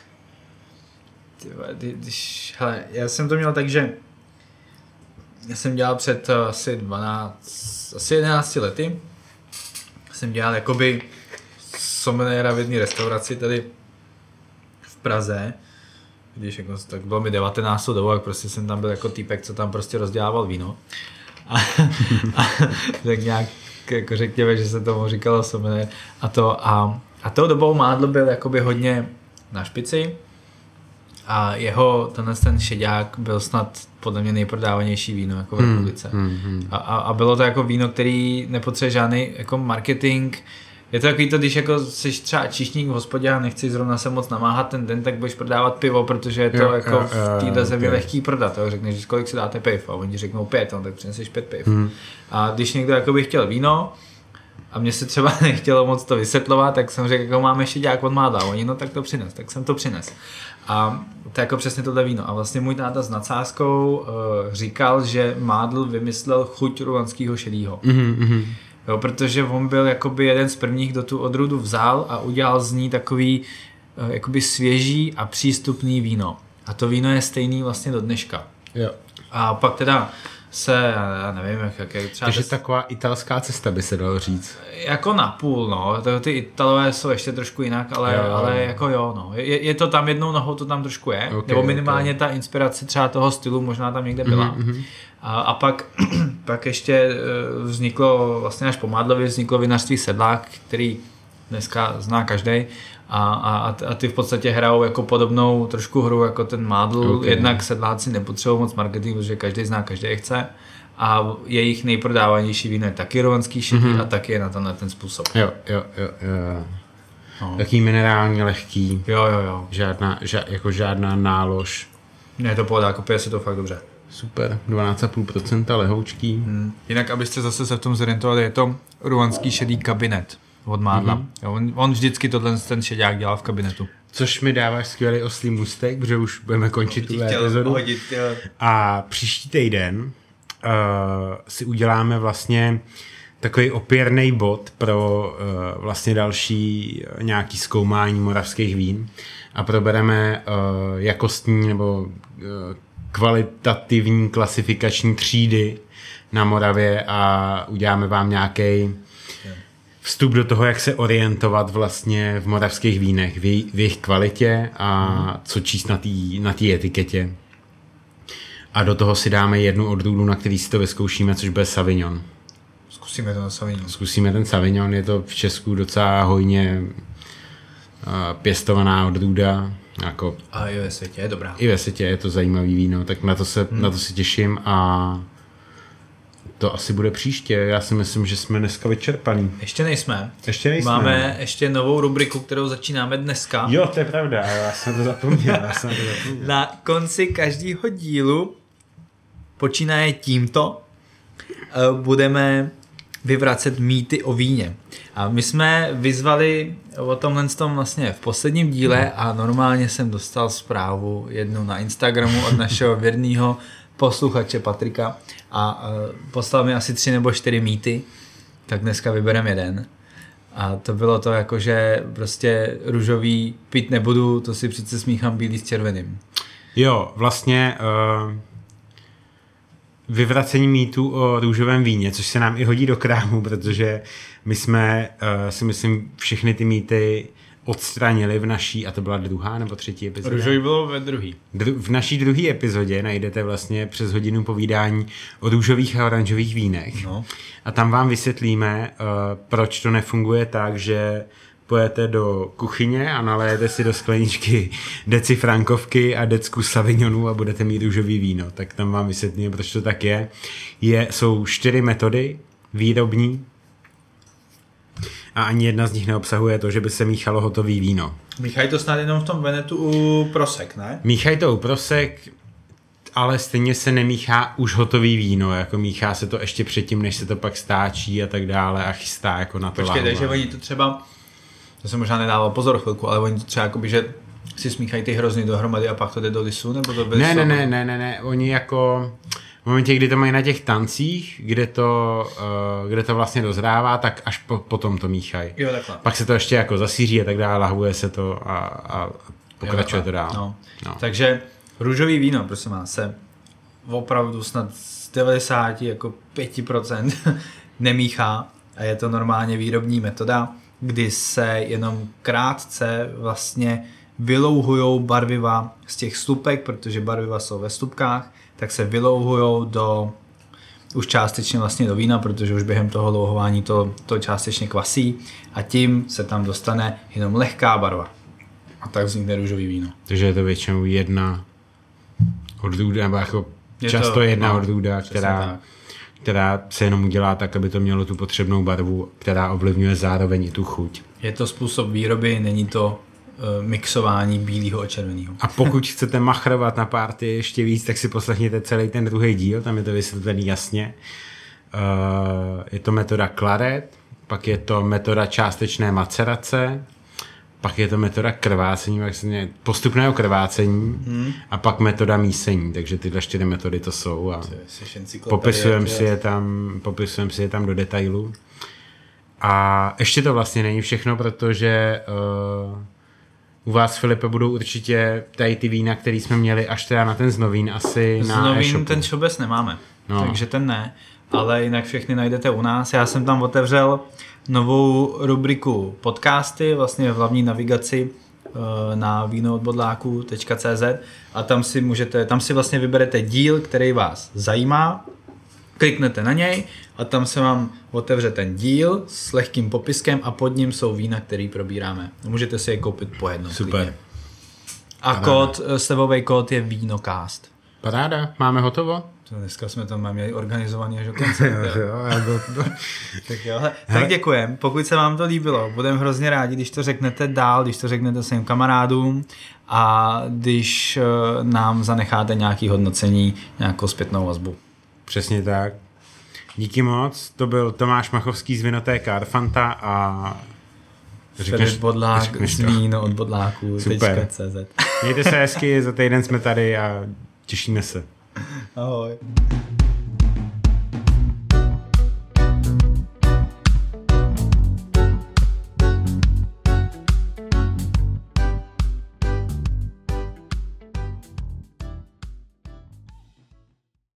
Hele, já jsem to měl tak, že já jsem dělal před asi 11 lety. Jsem dělal jakoby sommeliéra v jedné restauraci tady v Praze. Když jako, tak bylo mi 19 dobu, tak prostě jsem tam byl jako týpek, co tam prostě rozdělával víno. A tak nějak jako řekněme, že se tomu říkalo sommeliér. A tou dobou Mádl byl jakoby hodně na špici a jeho ten šeďák byl snad podle mě nejprodávanější víno jako v republice. A bylo to jako víno, který nepotřebuje žádný jako marketing. Je to takový to, když jako jsi třeba číšník v hospodě a nechci zrovna se moc namáhat ten den, tak budeš prodávat pivo, protože je to v této zemi lehký prodat. Řekneš, kolik si dáte piv a oni řeknou 5, tak přineseš 5 piv. A když někdo jako by chtěl víno a mě se třeba nechtělo moc to vysvětlovat, tak jsem řekl, jako máme šeďák od Mádla. Oni, no tak to přines, tak jsem to přines. A to je jako přesně tohle víno. A vlastně můj táta s nadsázkou říkal, že Mádl vymyslel chuť ruanského šedýho. Jo, protože on byl jakoby jeden z prvních, kdo tu odrůdu vzal a udělal z ní takový jakoby svěží a přístupný víno. A to víno je stejný vlastně do dneška. Jo. A pak teda se, já nevím, jak třeba... Takže taková italská cesta by se dalo říct. Jako napůl, no. Ty Italové jsou ještě trošku jinak, ale jako jo, no. Je to tam jednou nohou, to tam trošku je. Okay, nebo minimálně ta inspirace třeba toho stylu možná tam někde byla. A pak ještě vzniklo, vlastně až po Mádlově vzniklo vinařství Sedlák, který dneska zná každej. A ty v podstatě hrajou jako podobnou trošku hru jako ten Mádl. Okay. Jednak Sedláci nepotřebují moc marketing, protože každý zná, každý chce. A jejich nejprodávanější víno je taky ruanský šedý a taky je na ten způsob. Jo. No. Taký minerálně lehký. Jo. Žádná nálož. Ne, to pohodá, jako pije se to fakt dobře. Super, 12,5% lehoučký. Jinak, abyste zase se v tom zorientovali, je to ruanský šedý kabinet od Mádla. On vždycky ten šedák dělal v kabinetu. Což mi dáváš skvělý oslý můstek, protože už budeme končit tu epizodu. A příští týden si uděláme vlastně takový opěrný bod pro vlastně další nějaký zkoumání moravských vín a probereme jakostní nebo kvalitativní klasifikační třídy na Moravě a uděláme vám nějaký vstup do toho, jak se orientovat vlastně v moravských vínech, v jejich kvalitě a co číst na té etiketě. A do toho si dáme jednu odrůdu, na který si to vyzkoušíme, což bude Sauvignon. Zkusíme ten Sauvignon, je to v Česku docela hojně pěstovaná odrůda. Jako, a i ve světě je dobrá. I ve světě je to zajímavý víno, tak na to se těším a to asi bude příště. Já si myslím, že jsme dneska vyčerpaný. Ještě nejsme. Máme ještě novou rubriku, kterou začínáme dneska. Jo, to je pravda, já jsem to zapomněl. Na konci každého dílu počínaje tímto budeme vyvracet mýty o víně. A my jsme vyzvali o tomhle vlastně v posledním díle a normálně jsem dostal zprávu jednu na Instagramu od našeho věrného posluchače Patrika a poslal mi asi 3 nebo 4 mýty, tak dneska vybereme jeden. A to bylo to jako, že prostě růžový pít nebudu, to si přece smíchám bílý s červeným. Jo, vlastně vyvracení mýtů o růžovém víně, což se nám i hodí do krámu, protože my jsme si myslím všechny ty mýty odstranili v naší, a to byla 2. nebo 3. epizodě. Růžový bylo ve 2. V naší 2. epizodě najdete vlastně přes hodinu povídání o růžových a oranžových vínech. No. A tam vám vysvětlíme, proč to nefunguje tak, že pojete do kuchyně a nalejete si do skleničky deci frankovky a decku savignonu a budete mít růžový víno. Tak tam vám vysvětlíme, proč to tak je. Jsou 4 metody výrobní a ani jedna z nich neobsahuje to, že by se míchalo hotový víno. Míchají to snad jenom v tom Venetu u prosek, ne? Míchají to u prosek, ale stejně se nemíchá už hotový víno, jako míchá se to ještě předtím, než se to pak stáčí a tak dále a chystá jako na to. Počkej, takže oni to třeba, to jsem možná nedával pozor chvilku, ale oni to třeba jakoby, že si smíchají ty hrozny dohromady a pak to jde do lisu, nebo to bez... Ne, oni jako v momentě, kdy to mají na těch tancích, kde to vlastně dozrává, tak až potom to míchají. Jo, takhle. Pak se to ještě jako zasíří a tak dále, lahvuje se to a pokračuje to dál. No. Takže růžový víno, prosím vás, se opravdu snad z 95% nemíchá a je to normálně výrobní metoda, kdy se jenom krátce vlastně vylouhujou barviva z těch slupek, protože barviva jsou ve slupkách, tak se vylouhujou už částečně vlastně do vína, protože už během toho louhování to částečně kvasí a tím se tam dostane jenom lehká barva. A tak vznikne růžový víno. Takže je to většinou jedna odrůda, nebo jako často jedna odrůda, která se jenom udělá tak, aby to mělo tu potřebnou barvu, která ovlivňuje zároveň i tu chuť. Je to způsob výroby, není to mixování bílého a červeného. A pokud chcete machrovat na párty ještě víc, tak si poslechněte celý ten druhý díl, tam je to vysvětlený jasně. Je to metoda klaret, pak je to metoda částečné macerace, pak je to metoda krvácení, vlastně postupného krvácení a pak metoda mísení, takže tyhle 4 metody to jsou a popisujeme si je tam do detailu. A ještě to vlastně není všechno, protože u vás, Filipe, budou určitě tady ty vína, které jsme měli až teda na ten Znovín asi na e-shopu. Ten šobec nemáme, takže ten ne, ale jinak všechny najdete u nás. Já jsem tam otevřel novou rubriku podcasty, vlastně v hlavní navigaci na vínoodbodláku.cz a tam si vlastně vyberete díl, který vás zajímá, kliknete na něj a tam se vám otevře ten díl s lehkým popiskem a pod ním jsou vína, který probíráme. Můžete si je koupit po jednom. Super. A slevový kód je Vínocast. Paráda, máme hotovo? Dneska jsme to měli organizovaný až do konce. Tak děkujem. Pokud se vám to líbilo, budeme hrozně rádi, když to řeknete dál, když to řeknete svým kamarádům a když nám zanecháte nějaké hodnocení, nějakou zpětnou vazbu. Přesně tak. Díky moc. To byl Tomáš Machovský z Vinotéka Arfanta a Filip Bodlák z vínoodbodláku.cz. Mějte se hezky, za týden jsme tady a těšíme se. Ahoj.